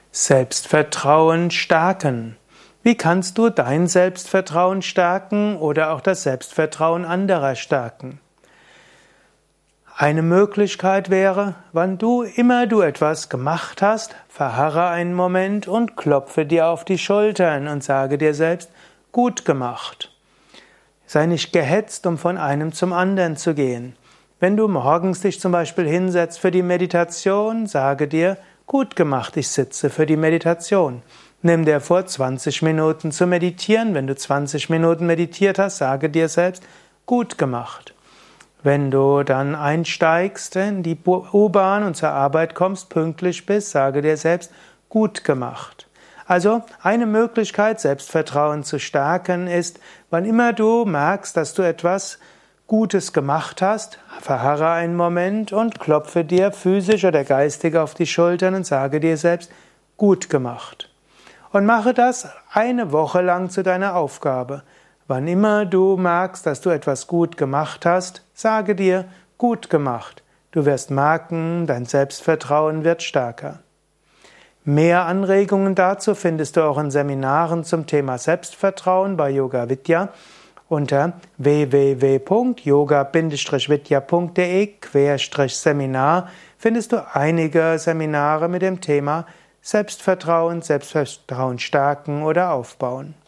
Selbstvertrauen stärken. Wie kannst du dein Selbstvertrauen stärken oder auch das Selbstvertrauen anderer stärken? Eine Möglichkeit wäre, wann du immer du etwas gemacht hast, verharre einen Moment und klopfe dir auf die Schultern und sage dir selbst, gut gemacht. Sei nicht gehetzt, um von einem zum anderen zu gehen. Wenn du morgens dich zum Beispiel hinsetzt für die Meditation, sage dir, gut gemacht, ich sitze für die Meditation. Nimm dir vor, 20 Minuten zu meditieren. Wenn du 20 Minuten meditiert hast, sage dir selbst, gut gemacht. Wenn du dann einsteigst in die U-Bahn und zur Arbeit kommst, pünktlich bist, sage dir selbst, gut gemacht. Also eine Möglichkeit, Selbstvertrauen zu stärken, ist, wann immer du merkst, dass du etwas Gutes gemacht hast, verharre einen Moment und klopfe dir physisch oder geistig auf die Schultern und sage dir selbst, gut gemacht. Und mache das eine Woche lang zu deiner Aufgabe. Wann immer du merkst, dass du etwas gut gemacht hast, sage dir, gut gemacht. Du wirst merken, dein Selbstvertrauen wird stärker. Mehr Anregungen dazu findest du auch in Seminaren zum Thema Selbstvertrauen bei Yoga Vidya unter www.yoga-vidya.de/Seminar findest du einige Seminare mit dem Thema Selbstvertrauen stärken oder aufbauen.